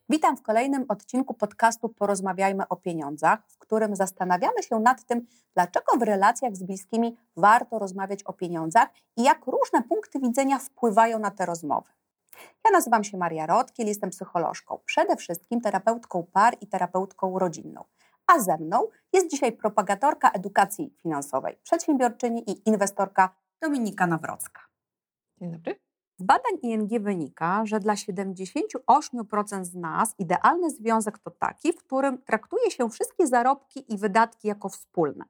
Witam w kolejnym odcinku podcastu Porozmawiajmy o pieniądzach, w którym zastanawiamy się nad tym, dlaczego w relacjach z bliskimi warto rozmawiać o pieniądzach i jak różne punkty widzenia wpływają na te rozmowy. Ja nazywam się Maria Rotkiel, jestem psycholożką, przede wszystkim terapeutką par i terapeutką rodzinną. A ze mną jest dzisiaj propagatorka edukacji finansowej, przedsiębiorczyni i inwestorka Dominika Nawrocka. Dzień dobry. Z badań ING wynika, że dla 78% z nas idealny związek to taki, w którym traktuje się wszystkie zarobki i wydatki jako wspólne.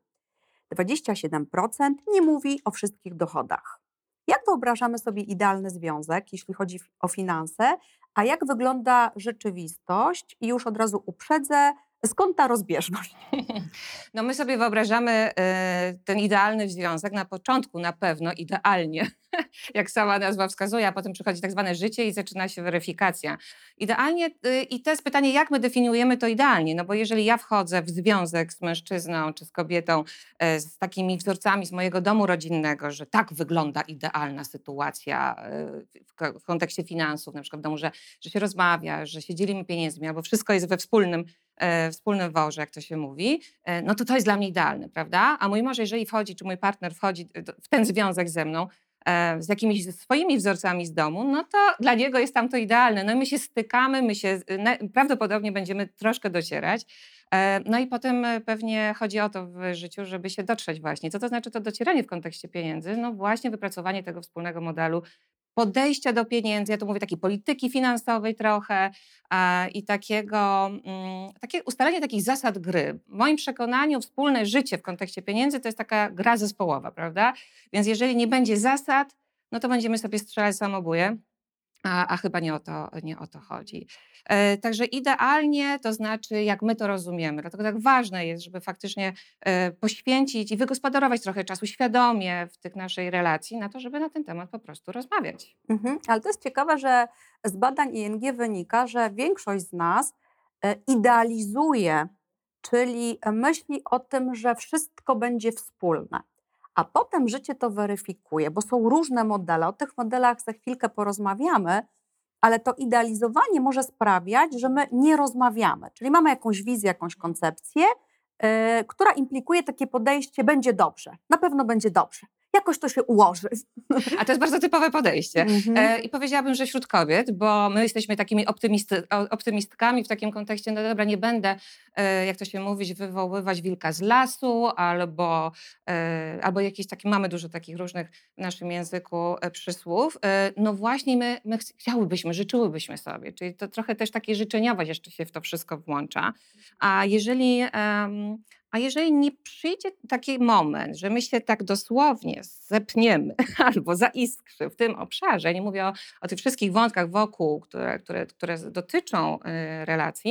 27% nie mówi o wszystkich dochodach. Jak wyobrażamy sobie idealny związek, jeśli chodzi o finanse, a jak wygląda rzeczywistość? I już od razu uprzedzę, skąd ta rozbieżność? No my sobie wyobrażamy ten idealny związek na początku na pewno idealnie, jak sama nazwa wskazuje, a potem przychodzi tak zwane życie i zaczyna się weryfikacja. Idealnie i to jest pytanie, jak my definiujemy to idealnie, no bo jeżeli ja wchodzę w związek z mężczyzną czy z kobietą z takimi wzorcami z mojego domu rodzinnego, że tak wygląda idealna sytuacja w kontekście finansów, na przykład w domu, że się rozmawia, że się dzielimy pieniędzmi, albo wszystko jest we wspólnym worze, jak to się mówi, no to jest dla mnie idealne, prawda? A mój mąż, jeżeli wchodzi, czy mój partner wchodzi w ten związek ze mną, z jakimiś swoimi wzorcami z domu, no to dla niego jest tam to idealne. No i my się stykamy, prawdopodobnie będziemy troszkę docierać. No i potem pewnie chodzi o to w życiu, żeby się dotrzeć właśnie. Co to znaczy to docieranie w kontekście pieniędzy? No właśnie wypracowanie tego wspólnego modelu podejścia do pieniędzy, ja tu mówię takiej polityki finansowej trochę i takie ustalenie takich zasad gry. W moim przekonaniu wspólne życie w kontekście pieniędzy to jest taka gra zespołowa, prawda? Więc jeżeli nie będzie zasad, no to będziemy sobie strzelać samobóje. A chyba nie o to chodzi. Także idealnie to znaczy, jak my to rozumiemy. Dlatego tak ważne jest, żeby faktycznie poświęcić i wygospodarować trochę czasu świadomie w tych naszej relacji na to, żeby na ten temat po prostu rozmawiać. Ale to jest ciekawe, że z badań ING wynika, że większość z nas idealizuje, czyli myśli o tym, że wszystko będzie wspólne. A potem życie to weryfikuje, bo są różne modele. O tych modelach za chwilkę porozmawiamy, ale to idealizowanie może sprawiać, że my nie rozmawiamy. Czyli mamy jakąś wizję, jakąś koncepcję, która implikuje takie podejście: będzie dobrze, na pewno będzie dobrze. Jakoś to się ułoży. A to jest bardzo typowe podejście. I powiedziałabym, że wśród kobiet, bo my jesteśmy takimi optymistkami w takim kontekście, no dobra, nie będę, jak to się mówi, wywoływać wilka z lasu, albo jakieś takie, mamy dużo takich różnych w naszym języku przysłów. No właśnie my chciałybyśmy, życzyłybyśmy sobie, czyli to trochę też takie życzeniowość jeszcze się w to wszystko włącza. A jeżeli nie przyjdzie taki moment, że my się tak dosłownie zepniemy albo zaiskrzy w tym obszarze, nie mówię o tych wszystkich wątkach wokół, które dotyczą relacji,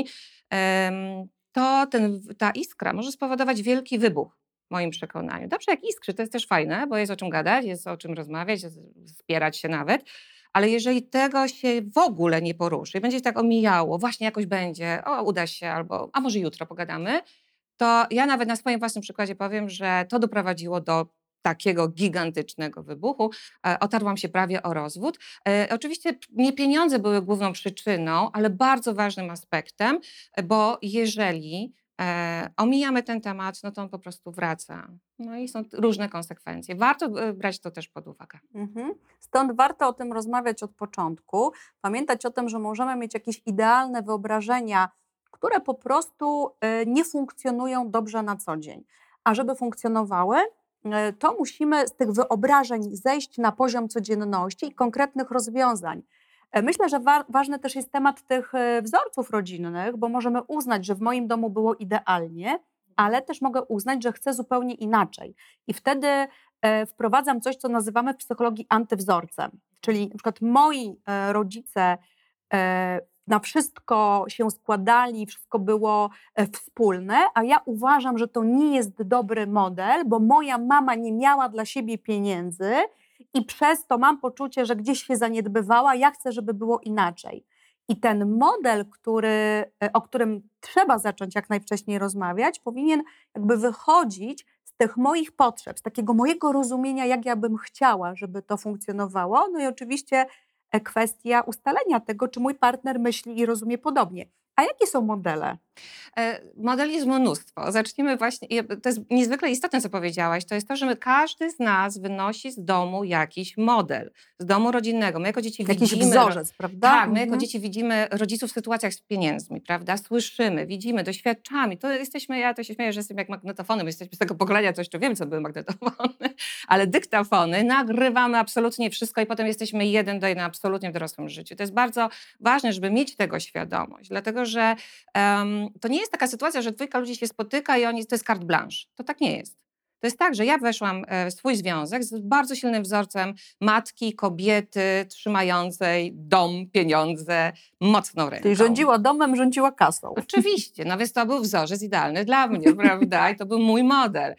to ta iskra może spowodować wielki wybuch, w moim przekonaniu. Dobrze, jak iskrzy, to jest też fajne, bo jest o czym gadać, jest o czym rozmawiać, wspierać się nawet, ale jeżeli tego się w ogóle nie poruszy, będzie tak omijało, właśnie jakoś będzie, uda się, a może jutro pogadamy, to ja nawet na swoim własnym przykładzie powiem, że to doprowadziło do takiego gigantycznego wybuchu. Otarłam się prawie o rozwód. Oczywiście nie pieniądze były główną przyczyną, ale bardzo ważnym aspektem, bo jeżeli omijamy ten temat, no to on po prostu wraca. No i są różne konsekwencje. Warto brać to też pod uwagę. Stąd warto o tym rozmawiać od początku, pamiętać o tym, że możemy mieć jakieś idealne wyobrażenia, które po prostu nie funkcjonują dobrze na co dzień. A żeby funkcjonowały, to musimy z tych wyobrażeń zejść na poziom codzienności i konkretnych rozwiązań. Myślę, że ważny też jest temat tych wzorców rodzinnych, bo możemy uznać, że w moim domu było idealnie, ale też mogę uznać, że chcę zupełnie inaczej. I wtedy wprowadzam coś, co nazywamy w psychologii antywzorcem. Czyli na przykład moi rodzice na wszystko się składali, wszystko było wspólne, a ja uważam, że to nie jest dobry model, bo moja mama nie miała dla siebie pieniędzy i przez to mam poczucie, że gdzieś się zaniedbywała, ja chcę, żeby było inaczej. I ten model, o którym trzeba zacząć jak najwcześniej rozmawiać, powinien jakby wychodzić z tych moich potrzeb, z takiego mojego rozumienia, jak ja bym chciała, żeby to funkcjonowało. No i oczywiście kwestia ustalenia tego, czy mój partner myśli i rozumie podobnie. A jakie są modele? Modeli jest mnóstwo. Zacznijmy właśnie, to jest niezwykle istotne, co powiedziałaś, to jest to, że każdy z nas wynosi z domu jakiś model, z domu rodzinnego. My jako dzieci Jakiś widzimy... wzorzec, prawda? Tak, my jako dzieci widzimy rodziców w sytuacjach z pieniędzmi, prawda? Słyszymy, widzimy, doświadczamy. To jesteśmy, ja to się śmieję, że jestem jak magnetofony, my jesteśmy z tego pokolenia, to jeszcze wiem, co były magnetofony, ale dyktafony, nagrywamy absolutnie wszystko i potem jesteśmy 1:1 absolutnie w dorosłym życiu. To jest bardzo ważne, żeby mieć tego świadomość, dlatego że to nie jest taka sytuacja, że dwójka ludzi się spotyka i to jest carte blanche. To tak nie jest. To jest tak, że ja weszłam w swój związek z bardzo silnym wzorcem matki, kobiety trzymającej dom, pieniądze mocną ręką. Czyli rządziła domem, rządziła kasą. Oczywiście, no więc to był wzorzec idealny dla mnie, prawda? I to był mój model.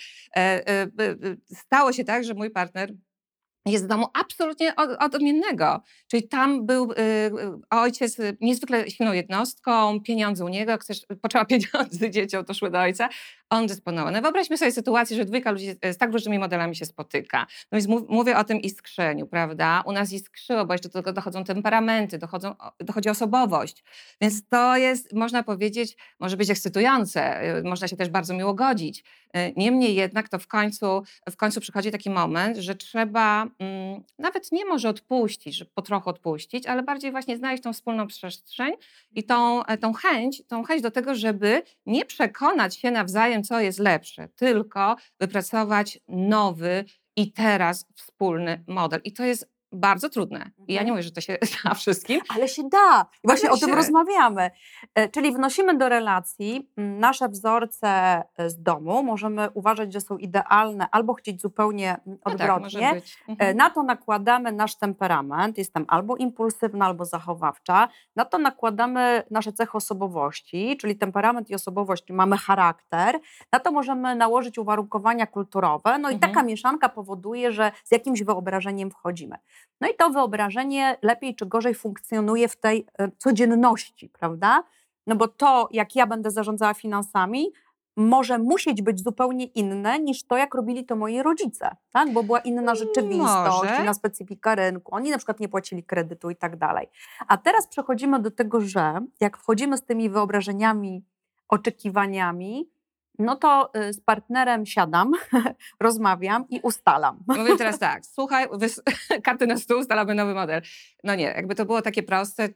Stało się tak, że mój partner jest z domu absolutnie odmiennego. Czyli tam był ojciec niezwykle silną jednostką, pieniądze u niego, jak ktoś potrzeba pieniędzy dzieciom, to szły do ojca. On dysponował. No wyobraźmy sobie sytuację, że dwójka ludzi z tak różnymi modelami się spotyka. No więc mówię o tym iskrzeniu, prawda? U nas iskrzyło, bo jeszcze do tego dochodzą temperamenty, dochodzi osobowość. Więc to jest, można powiedzieć, może być ekscytujące, można się też bardzo miło godzić. Niemniej jednak to w końcu przychodzi taki moment, że trzeba nawet nie może odpuścić, żeby po trochu odpuścić, ale bardziej właśnie znaleźć tą wspólną przestrzeń i tą chęć do tego, żeby nie przekonać się nawzajem, co jest lepsze, tylko wypracować nowy i teraz wspólny model. I to jest bardzo trudne. I ja nie mówię, że to się da wszystkim. Ale się da. I właśnie Ale o tym się. rozmawiamy. Czyli wnosimy do relacji nasze wzorce z domu. Możemy uważać, że są idealne albo chcieć zupełnie odwrotnie. Tak, może być. Na to nakładamy nasz temperament. Jestem albo impulsywna, albo zachowawcza. Na to nakładamy nasze cechy osobowości, czyli temperament i osobowość, mamy charakter. Na to możemy nałożyć uwarunkowania kulturowe. No i taka mieszanka powoduje, że z jakimś wyobrażeniem wchodzimy. No i to wyobrażenie lepiej czy gorzej funkcjonuje w tej codzienności, prawda? No bo to, jak ja będę zarządzała finansami, może musieć być zupełnie inne niż to, jak robili to moi rodzice, tak? Bo była inna rzeczywistość, inna specyfika rynku. Oni na przykład nie płacili kredytu i tak dalej. A teraz przechodzimy do tego, że jak wchodzimy z tymi wyobrażeniami, oczekiwaniami, no to z partnerem siadam, rozmawiam i ustalam. Mówię teraz tak, słuchaj, karty na stół, ustalamy nowy model. No nie, jakby to było takie proste,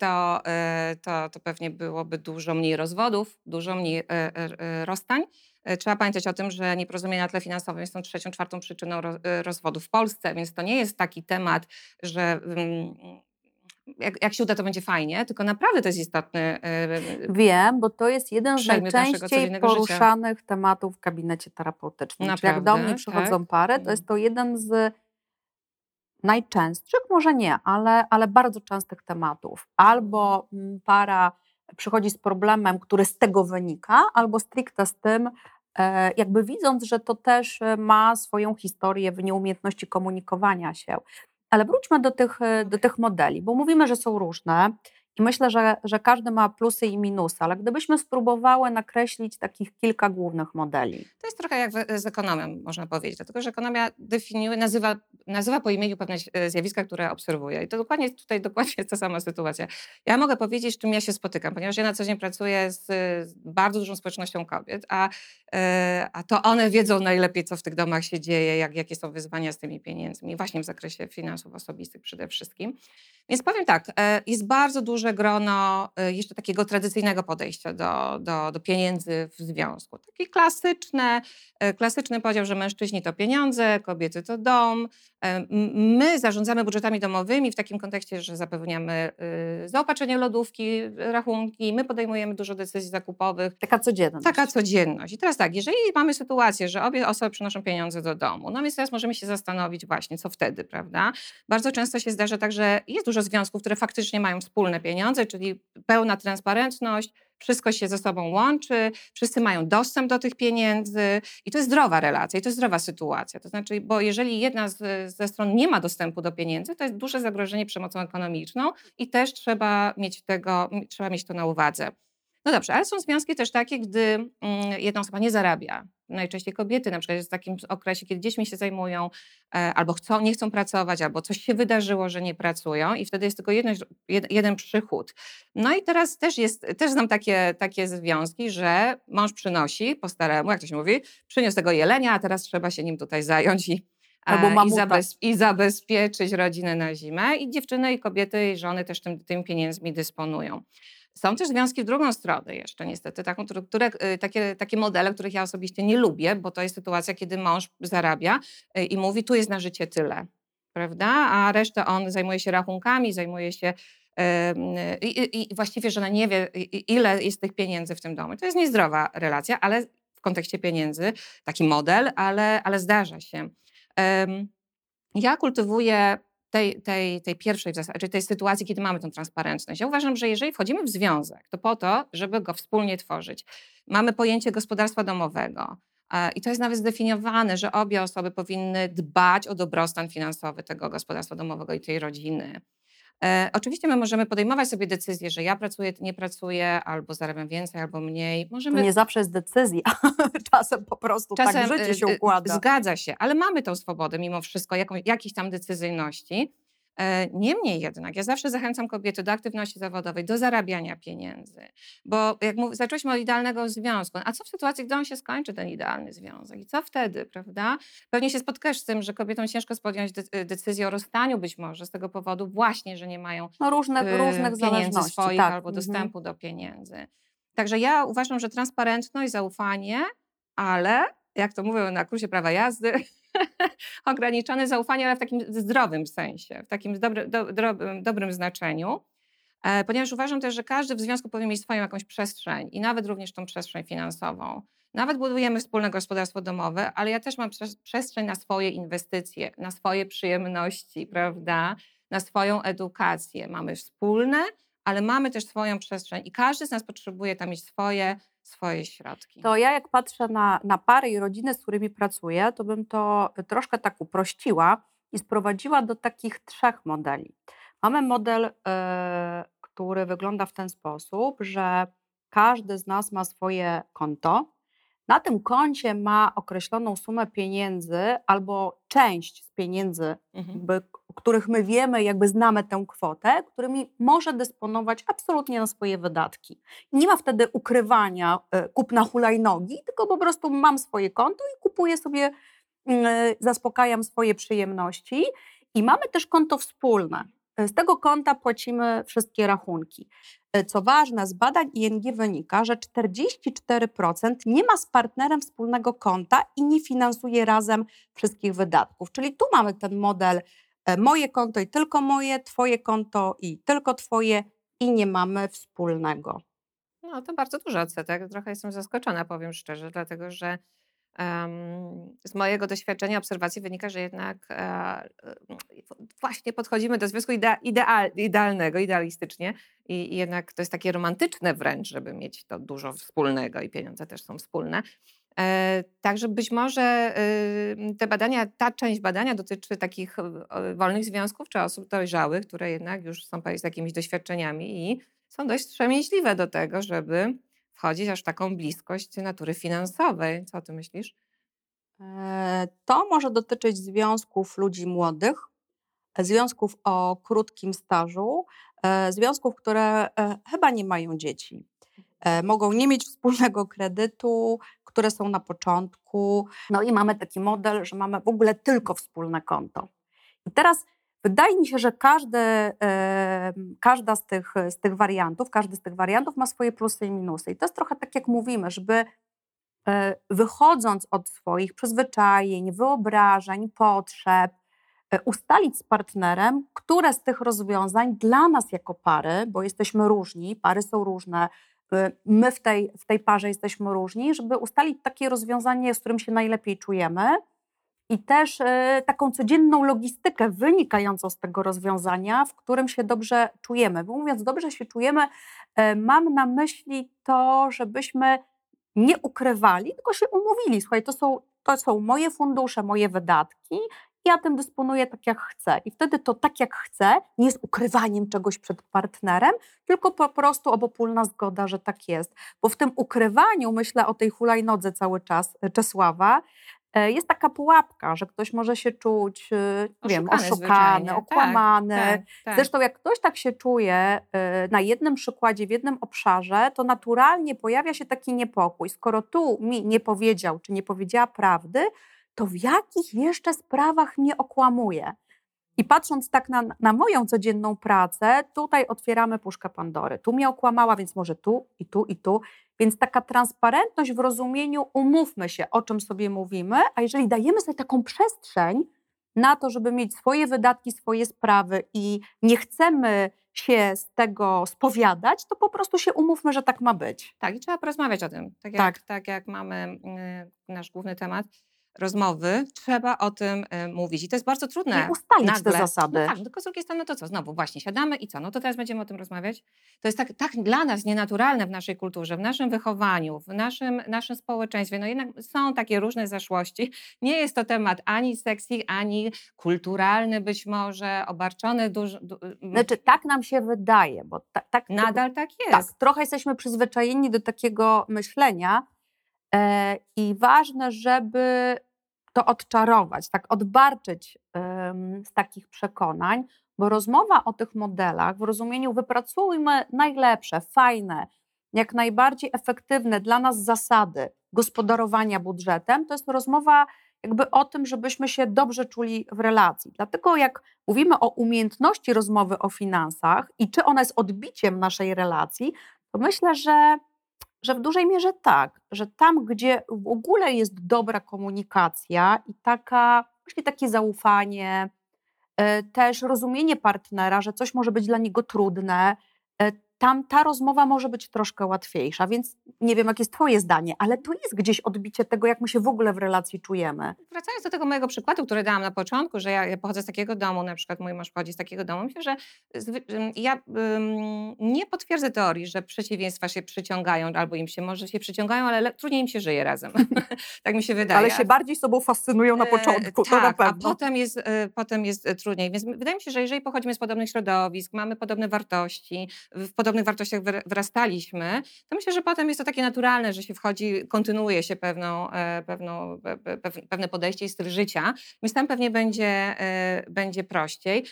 to pewnie byłoby dużo mniej rozwodów, dużo mniej rozstań. Trzeba pamiętać o tym, że nieporozumienia na tle finansowym są 3., 4. przyczyną rozwodów w Polsce, więc to nie jest taki temat, że jak się uda, to będzie fajnie, tylko naprawdę to jest istotny Wiem, bo to jest jeden z przedmiot naszego najczęściej codziennego poruszanych tematów w gabinecie terapeutycznym. Czyli jak do mnie przychodzą pary, to jest to jeden z najczęstszych, może nie, ale bardzo częstych tematów. Albo para przychodzi z problemem, który z tego wynika, albo stricte z tym, jakby widząc, że to też ma swoją historię w nieumiejętności komunikowania się. Ale wróćmy do tych modeli, bo mówimy, że są różne i myślę, że każdy ma plusy i minusy, ale gdybyśmy spróbowały nakreślić takich kilka głównych modeli. To jest trochę jak z ekonomią, można powiedzieć, dlatego że ekonomia definiuje, nazywa po imieniu pewne zjawiska, które obserwuje. I to dokładnie jest ta sama sytuacja. Ja mogę powiedzieć, z czym ja się spotykam, ponieważ ja na co dzień pracuję z bardzo dużą społecznością kobiet, a to one wiedzą najlepiej, co w tych domach się dzieje, jakie są wyzwania z tymi pieniędzmi, właśnie w zakresie finansów osobistych przede wszystkim. Więc powiem tak, jest bardzo duże grono jeszcze takiego tradycyjnego podejścia do pieniędzy w związku. Taki klasyczny podział, że mężczyźni to pieniądze, kobiety to dom. My zarządzamy budżetami domowymi w takim kontekście, że zapewniamy zaopatrzenie lodówki, rachunki, my podejmujemy dużo decyzji zakupowych. Taka codzienność. I teraz tak, jeżeli mamy sytuację, że obie osoby przynoszą pieniądze do domu, no więc teraz możemy się zastanowić właśnie, co wtedy, prawda? Bardzo często się zdarza tak, że jest dużo związków, które faktycznie mają wspólne pieniądze, czyli pełna transparentność, wszystko się ze sobą łączy, wszyscy mają dostęp do tych pieniędzy i to jest zdrowa relacja i to jest zdrowa sytuacja. To znaczy, bo jeżeli jedna ze stron nie ma dostępu do pieniędzy, to jest duże zagrożenie przemocą ekonomiczną i też trzeba mieć to na uwadze. No dobrze, ale są związki też takie, gdy jedna osoba nie zarabia, najczęściej kobiety na przykład jest w takim okresie, kiedy dziećmi się zajmują, albo nie chcą pracować, albo coś się wydarzyło, że nie pracują i wtedy jest tylko jeden przychód. No i teraz też znam takie związki, że mąż przynosi po staremu, jak to się mówi, przyniósł tego jelenia, a teraz trzeba się nim tutaj zająć Albo mamuta. i zabezpieczyć rodzinę na zimę. I dziewczyny, i kobiety, i żony też tymi pieniędzmi dysponują. Są też związki w drugą stronę jeszcze niestety, takie modele, których ja osobiście nie lubię, bo to jest sytuacja, kiedy mąż zarabia i mówi, tu jest na życie tyle, prawda? A resztę on zajmuje się rachunkami, zajmuje się i właściwie żona nie wie, ile jest tych pieniędzy w tym domu. To jest niezdrowa relacja, ale w kontekście pieniędzy, taki model, ale zdarza się. Ja kultywuję tej pierwszej w zasadzie, czyli tej sytuacji, kiedy mamy tę transparentność. Ja uważam, że jeżeli wchodzimy w związek, to po to, żeby go wspólnie tworzyć. Mamy pojęcie gospodarstwa domowego i to jest nawet zdefiniowane, że obie osoby powinny dbać o dobrostan finansowy tego gospodarstwa domowego i tej rodziny. Oczywiście my możemy podejmować sobie decyzję, że ja pracuję, nie pracuję, albo zarabiam więcej, albo mniej. To nie zawsze jest decyzja. Czasem po prostu tak życie się układa. Zgadza się, ale mamy tą swobodę mimo wszystko, jakiejś tam decyzyjności. Niemniej jednak ja zawsze zachęcam kobiety do aktywności zawodowej, do zarabiania pieniędzy. Bo jak zaczęłyśmy od idealnego związku, a co w sytuacji, gdy on się skończy, ten idealny związek? I co wtedy, prawda? Pewnie się spotkasz z tym, że kobietom ciężko podjąć decyzję o rozstaniu być może z tego powodu właśnie, że nie mają różnych pieniędzy swoich tak. albo dostępu do pieniędzy. Także ja uważam, że transparentność, zaufanie, ale jak to mówią na kursie prawa jazdy, ograniczone zaufanie, ale w takim zdrowym sensie, w takim dobrym znaczeniu, ponieważ uważam też, że każdy w związku powinien mieć swoją jakąś przestrzeń i nawet również tą przestrzeń finansową. Nawet budujemy wspólne gospodarstwo domowe, ale ja też mam przestrzeń na swoje inwestycje, na swoje przyjemności, prawda, na swoją edukację. Mamy wspólne, ale mamy też swoją przestrzeń i każdy z nas potrzebuje tam mieć swoje środki. To ja jak patrzę na pary i rodziny, z którymi pracuję, to bym to troszkę tak uprościła i sprowadziła do takich 3 modeli. Mamy model, który wygląda w ten sposób, że każdy z nas ma swoje konto. Na tym koncie ma określoną sumę pieniędzy albo część z pieniędzy, których my wiemy, znamy tę kwotę, którymi może dysponować absolutnie na swoje wydatki. Nie ma wtedy ukrywania kupna hulajnogi, tylko po prostu mam swoje konto i kupuję sobie, zaspokajam swoje przyjemności. I mamy też konto wspólne. Z tego konta płacimy wszystkie rachunki. Co ważne, z badań ING wynika, że 44% nie ma z partnerem wspólnego konta i nie finansuje razem wszystkich wydatków. Czyli tu mamy ten model moje konto i tylko moje, twoje konto i tylko twoje i nie mamy wspólnego. No to bardzo dużo odsetek. Trochę jestem zaskoczona, powiem szczerze, dlatego że z mojego doświadczenia, obserwacji wynika, że jednak właśnie podchodzimy do związku idealnego, idealistycznie i jednak to jest takie romantyczne wręcz, żeby mieć to dużo wspólnego i pieniądze też są wspólne. Także być może ta część badania dotyczy takich wolnych związków czy osób dojrzałych, które jednak już są z jakimiś doświadczeniami i są dość wstrzemięźliwe do tego, żeby wchodzić aż w taką bliskość natury finansowej. Co ty myślisz? To może dotyczyć związków ludzi młodych, związków o krótkim stażu, związków, które chyba nie mają dzieci. Mogą nie mieć wspólnego kredytu, które są na początku. No i mamy taki model, że mamy w ogóle tylko wspólne konto. I teraz wydaje mi się, że każdy z tych wariantów ma swoje plusy i minusy. I to jest trochę tak, jak mówimy, żeby wychodząc od swoich przyzwyczajeń, wyobrażeń, potrzeb, ustalić z partnerem, które z tych rozwiązań dla nas jako pary, bo jesteśmy różni, pary są różne, my w tej parze jesteśmy różni, żeby ustalić takie rozwiązanie, z którym się najlepiej czujemy i też taką codzienną logistykę wynikającą z tego rozwiązania, w którym się dobrze czujemy. Bo mówiąc dobrze się czujemy, mam na myśli to, żebyśmy nie ukrywali, tylko się umówili. Słuchaj, to są moje fundusze, moje wydatki ja tym dysponuję tak, jak chcę. I wtedy to tak, jak chcę, nie jest ukrywaniem czegoś przed partnerem, tylko po prostu obopólna zgoda, że tak jest. Bo w tym ukrywaniu, myślę o tej hulajnodze cały czas Czesława, jest taka pułapka, że ktoś może się czuć, nie wiem, Oszukany oszukany, zwyczajnie. okłamany. Tak. Zresztą jak ktoś tak się czuje na jednym przykładzie, w jednym obszarze, to naturalnie pojawia się taki niepokój. Skoro tu mi nie powiedział, czy nie powiedziała prawdy, to w jakich jeszcze sprawach mnie okłamuje? I patrząc tak na moją codzienną pracę, tutaj otwieramy puszkę Pandory. Tu mnie okłamała, więc może tu i tu i tu. Więc taka transparentność w rozumieniu, umówmy się, o czym sobie mówimy, a jeżeli dajemy sobie taką przestrzeń na to, żeby mieć swoje wydatki, swoje sprawy i nie chcemy się z tego spowiadać, to po prostu się umówmy, że tak ma być. Tak, i trzeba porozmawiać o tym. Tak. Tak jak mamy nasz główny temat rozmowy, trzeba o tym mówić. I to jest bardzo trudne. I ustalić te nagle. zasady. No tak, tylko z drugiej strony, no to co? Znowu właśnie siadamy i co? No to teraz będziemy o tym rozmawiać. To jest tak dla nas nienaturalne w naszej kulturze, w naszym wychowaniu, w naszym społeczeństwie. No jednak są takie różne zaszłości. Nie jest to temat ani sexy, ani kulturalny być może, obarczony Znaczy, tak nam się wydaje, bo tak nadal tak tak, jest. trochę jesteśmy przyzwyczajeni do takiego myślenia i ważne, żeby to odczarować, tak odbarczyć z takich przekonań, bo rozmowa o tych modelach w rozumieniu wypracujmy najlepsze, fajne, jak najbardziej efektywne dla nas zasady gospodarowania budżetem, to jest rozmowa jakby o tym, żebyśmy się dobrze czuli w relacji. Dlatego jak mówimy o umiejętności rozmowy o finansach i czy ona jest odbiciem naszej relacji, to myślę, że w dużej mierze tak, że tam, gdzie w ogóle jest dobra komunikacja i właśnie takie zaufanie, też rozumienie partnera, że coś może być dla niego trudne, tam ta rozmowa może być troszkę łatwiejsza, więc nie wiem, jakie jest twoje zdanie, ale to jest gdzieś odbicie tego, jak my się w ogóle w relacji czujemy. Wracając do tego mojego przykładu, który dałam na początku, że ja pochodzę z takiego domu, na przykład mój mąż pochodzi z takiego domu, myślę, że ja nie potwierdzę teorii, że przeciwieństwa się przyciągają, albo może się przyciągają, ale trudniej im się żyje razem. Tak mi się wydaje. Ale się bardziej sobą fascynują na początku, to na Tak, pewno. a potem jest trudniej. Więc wydaje mi się, że jeżeli pochodzimy z podobnych środowisk, mamy podobne wartości, w podobnych wartościach wyrastaliśmy, to myślę, że potem jest to takie naturalne, że się wchodzi, kontynuuje się pewne podejście i styl życia, więc tam pewnie będzie prościej.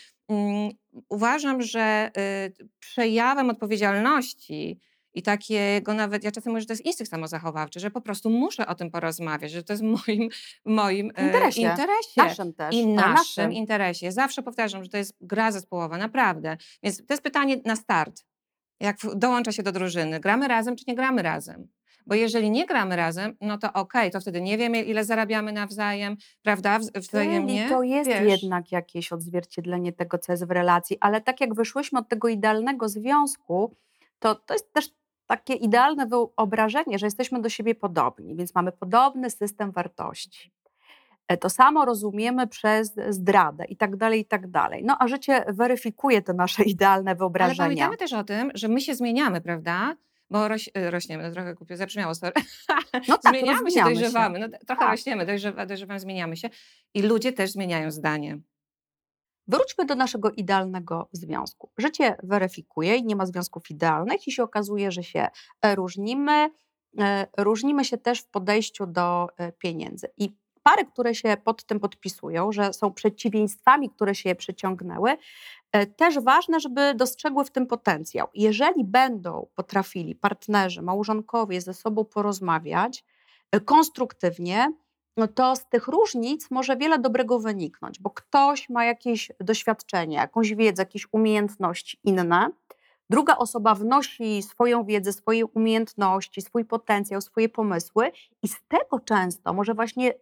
Uważam, że przejawem odpowiedzialności i takiego nawet, ja czasem mówię, że to jest instynkt samozachowawczy, że po prostu muszę o tym porozmawiać, że to jest w moim interesie. Naszym też. I ale naszym interesie. Zawsze powtarzam, że to jest gra zespołowa, naprawdę. Więc to jest pytanie na start. Jak dołącza się do drużyny, gramy razem czy nie gramy razem? Bo jeżeli nie gramy razem, no to okej, to wtedy nie wiemy, ile zarabiamy nawzajem, prawda? Wzajemnie. Czyli to jest jednak jakieś odzwierciedlenie tego, co jest w relacji, ale tak jak wyszłyśmy od tego idealnego związku, to jest też takie idealne wyobrażenie, że jesteśmy do siebie podobni, więc mamy podobny system wartości. To samo rozumiemy przez zdradę i tak dalej, i tak dalej. No a życie weryfikuje te nasze idealne Ale wyobrażenia. pamiętajmy też o tym, że my się zmieniamy, prawda? Bo rośniemy, no trochę głupio zabrzmiało, sorry. No tak, Zmieniamy się, dojrzewamy. No, trochę Tak. rośniemy, dojrzewamy, zmieniamy się. I ludzie też zmieniają zdanie. Wróćmy do naszego idealnego związku. Życie weryfikuje i nie ma związków idealnych i się okazuje, że się różnimy. Różnimy się też w podejściu do pieniędzy. I pary, które się pod tym podpisują, że są przeciwieństwami, które się je przyciągnęły, też ważne, żeby dostrzegły w tym potencjał. Jeżeli będą potrafili partnerzy, małżonkowie ze sobą porozmawiać konstruktywnie, no to z tych różnic może wiele dobrego wyniknąć, bo ktoś ma jakieś doświadczenie, jakąś wiedzę, jakieś umiejętności inne, druga osoba wnosi swoją wiedzę, swoje umiejętności, swój potencjał, swoje pomysły i z tego często może właśnie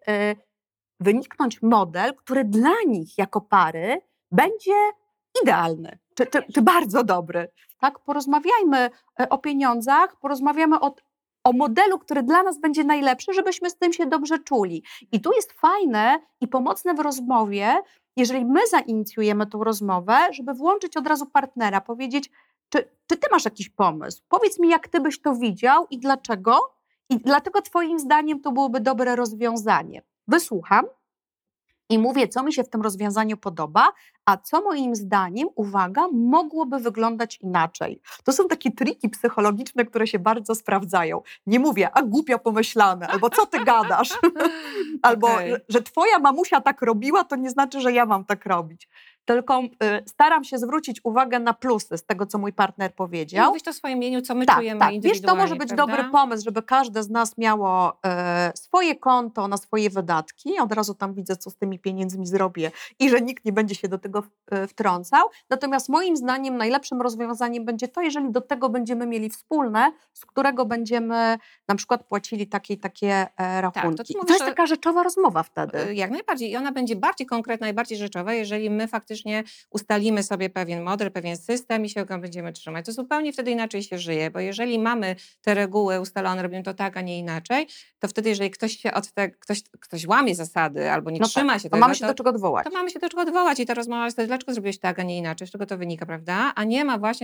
wyniknąć model, który dla nich jako pary będzie idealny, czy bardzo dobry. Tak? Porozmawiajmy o pieniądzach, porozmawiamy o modelu, który dla nas będzie najlepszy, żebyśmy z tym się dobrze czuli. I tu jest fajne i pomocne w rozmowie, jeżeli my zainicjujemy tą rozmowę, żeby włączyć od razu partnera, powiedzieć, czy ty masz jakiś pomysł? Powiedz mi, jak ty byś to widział i dlaczego? I dlatego twoim zdaniem to byłoby dobre rozwiązanie. Wysłucham i mówię, co mi się w tym rozwiązaniu podoba, a co moim zdaniem, uwaga, mogłoby wyglądać inaczej. To są takie triki psychologiczne, które się bardzo sprawdzają. Nie mówię, a głupio pomyślane, albo co ty gadasz, albo że twoja mamusia tak robiła, to nie znaczy, że ja mam tak robić. Tylko staram się zwrócić uwagę na plusy z tego, co mój partner powiedział. I mówisz to w swoim imieniu, co my czujemy indywidualnie. Wiesz, to może być dobry pomysł, żeby każde z nas miało swoje konto na swoje wydatki. Od razu tam widzę, co z tymi pieniędzmi zrobię i że nikt nie będzie się do tego wtrącał. Natomiast moim zdaniem najlepszym rozwiązaniem będzie to, jeżeli do tego będziemy mieli wspólne, z którego będziemy na przykład płacili takie rachunki. Tak, to jest taka rzeczowa rozmowa wtedy. Jak najbardziej. I ona będzie bardziej konkretna i bardziej rzeczowa, jeżeli my faktycznie ustalimy sobie pewien model, pewien system i się go będziemy trzymać. To zupełnie wtedy inaczej się żyje, bo jeżeli mamy te reguły ustalone, robimy to tak, a nie inaczej, to wtedy, jeżeli ktoś się ktoś łamie zasady albo nie trzyma się tego, to mamy się do czego odwołać. To mamy się do czego odwołać i ta rozmowa jest wtedy, dlaczego zrobiłeś tak, a nie inaczej, z czego to wynika, prawda? A nie ma właśnie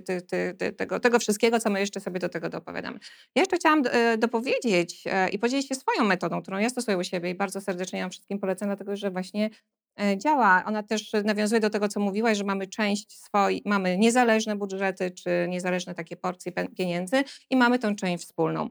tego wszystkiego, co my jeszcze sobie do tego dopowiadamy. Ja jeszcze chciałam dopowiedzieć i podzielić się swoją metodą, którą ja stosuję u siebie i bardzo serdecznie ją wszystkim polecam, dlatego że właśnie działa. Ona też nawiązuje do tego, co mówiłaś, że mamy mamy niezależne budżety, czy niezależne takie porcje pieniędzy i mamy tą część wspólną.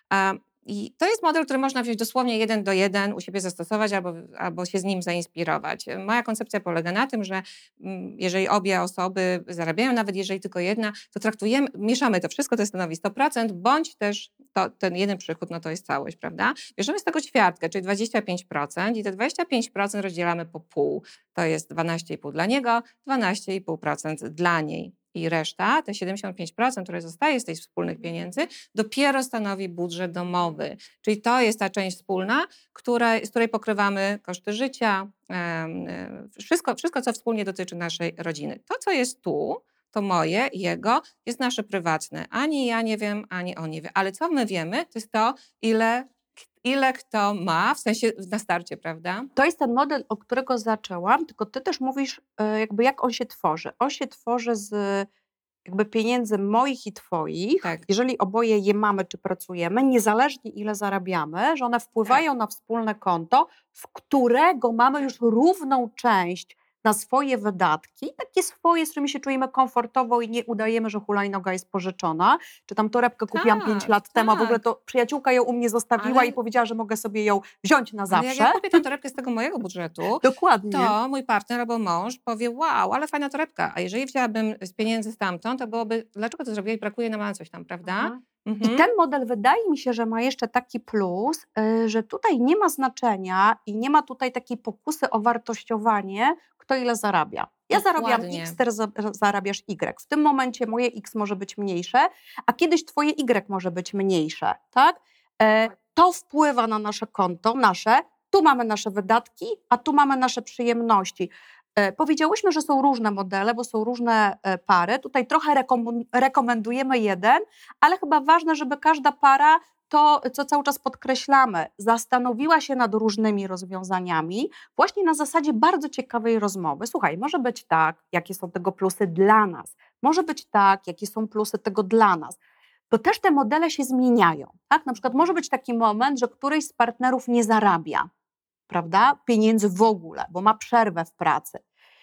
I to jest model, który można wziąć dosłownie 1 do 1, u siebie zastosować albo się z nim zainspirować. Moja koncepcja polega na tym, że jeżeli obie osoby zarabiają, nawet jeżeli tylko jedna, to mieszamy to wszystko, to stanowi 100%, bądź też ten jeden przychód, no to jest całość, prawda? Bierzemy z tego ćwiartkę, czyli 25% i te 25% rozdzielamy po pół. To jest 12,5 dla niego, 12,5% dla niej. I reszta, te 75%, które zostaje z tych wspólnych pieniędzy, dopiero stanowi budżet domowy. Czyli to jest ta część wspólna, z której pokrywamy koszty życia, wszystko, co wspólnie dotyczy naszej rodziny. To, co jest tu, to moje, jego, jest nasze prywatne. Ani ja nie wiem, ani on nie wie. Ale co my wiemy, to jest to, ile kto ma, w sensie na starcie, prawda? To jest ten model, od którego zaczęłam, tylko ty też mówisz, jakby jak on się tworzy. On się tworzy z jakby pieniędzy moich i twoich, Tak. Jeżeli oboje je mamy czy pracujemy, niezależnie ile zarabiamy, że one wpływają na wspólne konto, z którego mamy już równą część na swoje wydatki, takie swoje, z którymi się czujemy komfortowo i nie udajemy, że hulajnoga jest pożyczona, czy tam torebkę kupiłam 5 lat temu, a w ogóle to przyjaciółka ją u mnie zostawiła i powiedziała, że mogę sobie ją wziąć na zawsze. Jak ja kupię tę torebkę z tego mojego budżetu, dokładnie, to mój partner albo mąż powie, wow, ale fajna torebka, a jeżeli wzięłabym z pieniędzy stamtąd, to byłoby, dlaczego to zrobiłaś, brakuje nam na coś tam, prawda? I ten model wydaje mi się, że ma jeszcze taki plus, że tutaj nie ma znaczenia i nie ma tutaj takiej pokusy o wartościowanie, kto ile zarabia. Ja zarabiam X, ty zarabiasz Y. W tym momencie moje X może być mniejsze, a kiedyś twoje Y może być mniejsze, tak? To wpływa na nasze konto, tu mamy nasze wydatki, a tu mamy nasze przyjemności. Powiedziałyśmy, że są różne modele, bo są różne pary. Tutaj trochę rekomendujemy jeden, ale chyba ważne, żeby każda para, to co cały czas podkreślamy, zastanowiła się nad różnymi rozwiązaniami właśnie na zasadzie bardzo ciekawej rozmowy. Słuchaj, może być tak, jakie są tego plusy dla nas. Może być tak, jakie są plusy tego dla nas. Bo też te modele się zmieniają. Tak? Na przykład może być taki moment, że któryś z partnerów nie zarabia, prawda, pieniędzy w ogóle, bo ma przerwę w pracy.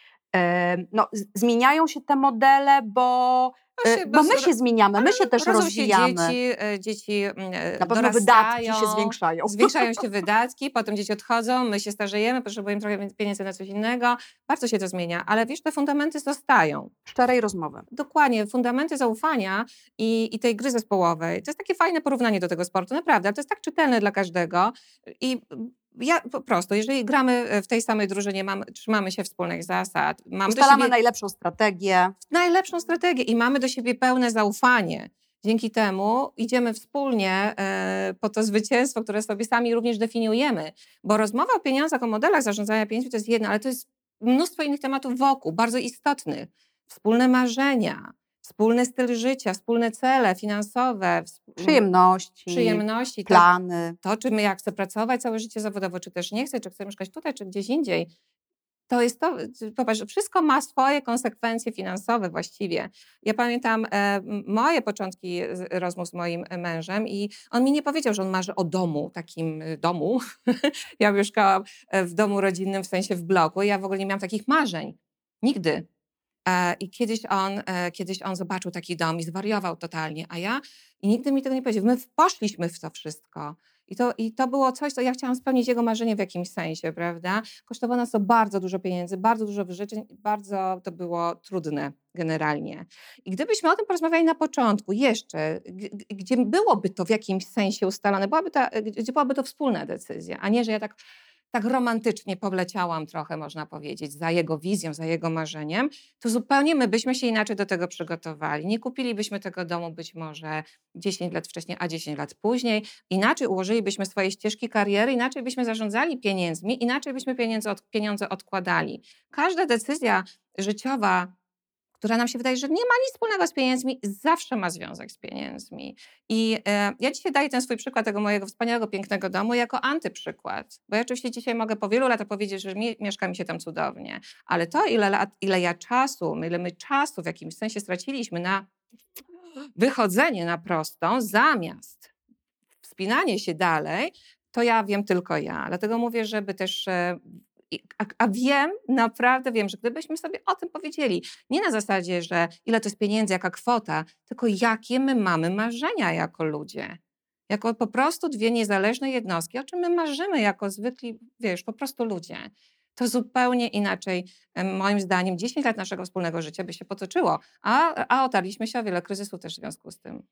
Zmieniają się te modele, bo my się zmieniamy, my się też rozwijamy. Dzieci na pewno wydatki się zwiększają. Zwiększają się wydatki, potem dzieci odchodzą, my się starzejemy, potrzebujemy trochę pieniędzy na coś innego. Bardzo się to zmienia, ale wiesz, te fundamenty zostają. Szczerej rozmowy. Dokładnie, fundamenty zaufania i tej gry zespołowej. To jest takie fajne porównanie do tego sportu, naprawdę, ale to jest tak czytelne dla każdego i ja po prostu, jeżeli gramy w tej samej drużynie, trzymamy się wspólnych zasad. Ustalamy najlepszą strategię i mamy do siebie pełne zaufanie. Dzięki temu idziemy wspólnie po to zwycięstwo, które sobie sami również definiujemy. Bo rozmowa o pieniądzach, o modelach zarządzania pieniędzmi to jest jedno, ale to jest mnóstwo innych tematów wokół, bardzo istotnych. Wspólne marzenia, wspólny styl życia, wspólne cele finansowe, przyjemności, plany. To, czy ja chcę pracować całe życie zawodowo, czy też nie chcę, czy chcę mieszkać tutaj, czy gdzieś indziej. to jest to, popatrz, wszystko ma swoje konsekwencje finansowe właściwie. Ja pamiętam moje początki rozmów z moim mężem i on mi nie powiedział, że on marzy o domu, takim domu. Ja mieszkałam w domu rodzinnym, w sensie w bloku i ja w ogóle nie miałam takich marzeń. Nigdy. I kiedyś on zobaczył taki dom i zwariował totalnie, i nigdy mi tego nie powiedział. My poszliśmy w to wszystko. I to było coś, co ja chciałam spełnić jego marzenie w jakimś sensie, prawda? Kosztowało nas to bardzo dużo pieniędzy, bardzo dużo wyrzeczeń, bardzo to było trudne generalnie. I gdybyśmy o tym porozmawiali na początku jeszcze, gdzie byłoby to w jakimś sensie ustalone, gdzie byłaby to wspólna decyzja, a nie, że ja tak romantycznie powleciałam trochę, można powiedzieć, za jego wizją, za jego marzeniem, to zupełnie my byśmy się inaczej do tego przygotowali. Nie kupilibyśmy tego domu być może 10 lat wcześniej, a 10 lat później. Inaczej ułożylibyśmy swoje ścieżki kariery, inaczej byśmy zarządzali pieniędzmi, inaczej byśmy pieniądze odkładali. Każda decyzja życiowa, która nam się wydaje, że nie ma nic wspólnego z pieniędzmi, zawsze ma związek z pieniędzmi. I ja dzisiaj daję ten swój przykład tego mojego wspaniałego, pięknego domu jako antyprzykład. Bo ja oczywiście dzisiaj mogę po wielu latach powiedzieć, że mieszka mi się tam cudownie. Ale to, ile my czasu w jakimś sensie straciliśmy na wychodzenie na prostą, zamiast wspinanie się dalej, to ja wiem tylko ja. Dlatego mówię, żeby też... Naprawdę wiem, że gdybyśmy sobie o tym powiedzieli, nie na zasadzie, że ile to jest pieniędzy, jaka kwota, tylko jakie my mamy marzenia jako ludzie. Jako po prostu dwie niezależne jednostki, o czym my marzymy jako zwykli, po prostu ludzie. To zupełnie inaczej, moim zdaniem, 10 lat naszego wspólnego życia by się potoczyło, a otarliśmy się o wiele kryzysów też w związku z tym.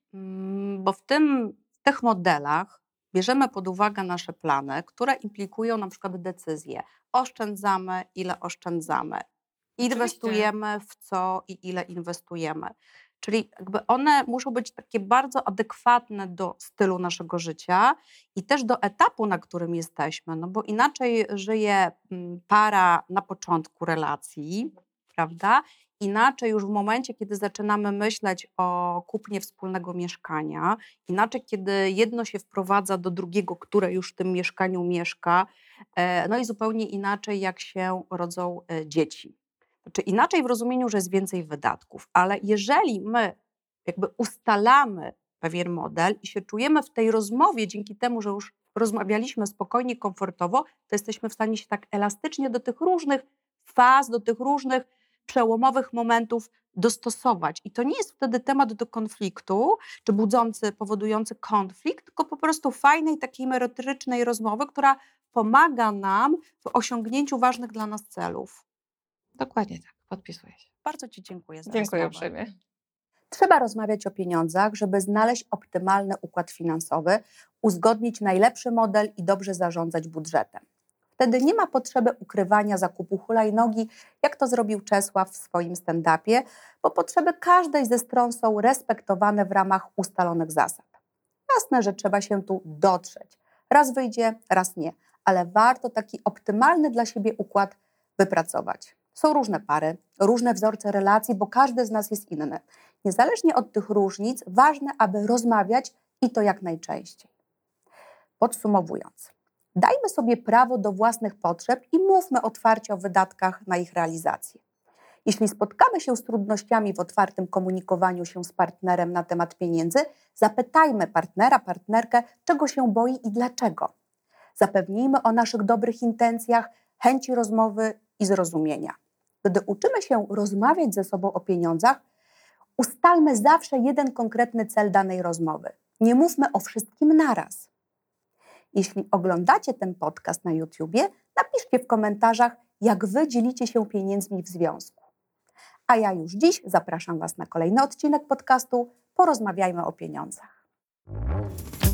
Bo w tych modelach bierzemy pod uwagę nasze plany, które implikują na przykład decyzje. Oszczędzamy, ile oszczędzamy. Inwestujemy w co i ile inwestujemy. Czyli jakby one muszą być takie bardzo adekwatne do stylu naszego życia i też do etapu, na którym jesteśmy. No bo inaczej żyje para na początku relacji, prawda? Inaczej już w momencie, kiedy zaczynamy myśleć o kupnie wspólnego mieszkania, inaczej, kiedy jedno się wprowadza do drugiego, które już w tym mieszkaniu mieszka, no i zupełnie inaczej, jak się rodzą dzieci. Znaczy inaczej w rozumieniu, że jest więcej wydatków, ale jeżeli my jakby ustalamy pewien model i się czujemy w tej rozmowie dzięki temu, że już rozmawialiśmy spokojnie, komfortowo, to jesteśmy w stanie się tak elastycznie do tych różnych faz, do tych różnych przełomowych momentów dostosować. I to nie jest wtedy temat do konfliktu, czy powodujący konflikt, tylko po prostu fajnej, takiej merytorycznej rozmowy, która pomaga nam w osiągnięciu ważnych dla nas celów. Dokładnie tak, podpisuję się. Bardzo Ci dziękuję za Dziękuję rozmowę. uprzejmie. Trzeba rozmawiać o pieniądzach, żeby znaleźć optymalny układ finansowy, uzgodnić najlepszy model i dobrze zarządzać budżetem. Wtedy nie ma potrzeby ukrywania zakupu hulajnogi, jak to zrobił Czesław w swoim stand-upie, bo potrzeby każdej ze stron są respektowane w ramach ustalonych zasad. Jasne, że trzeba się tu dotrzeć. Raz wyjdzie, raz nie, ale warto taki optymalny dla siebie układ wypracować. Są różne pary, różne wzorce relacji, bo każdy z nas jest inny. Niezależnie od tych różnic, ważne, aby rozmawiać i to jak najczęściej. Podsumowując, dajmy sobie prawo do własnych potrzeb i mówmy otwarcie o wydatkach na ich realizację. Jeśli spotkamy się z trudnościami w otwartym komunikowaniu się z partnerem na temat pieniędzy, zapytajmy partnera, partnerkę, czego się boi i dlaczego. Zapewnijmy o naszych dobrych intencjach, chęci rozmowy i zrozumienia. Gdy uczymy się rozmawiać ze sobą o pieniądzach, ustalmy zawsze jeden konkretny cel danej rozmowy. Nie mówmy o wszystkim naraz. Jeśli oglądacie ten podcast na YouTubie, napiszcie w komentarzach, jak Wy dzielicie się pieniędzmi w związku. A ja już dziś zapraszam Was na kolejny odcinek podcastu Porozmawiajmy o pieniądzach.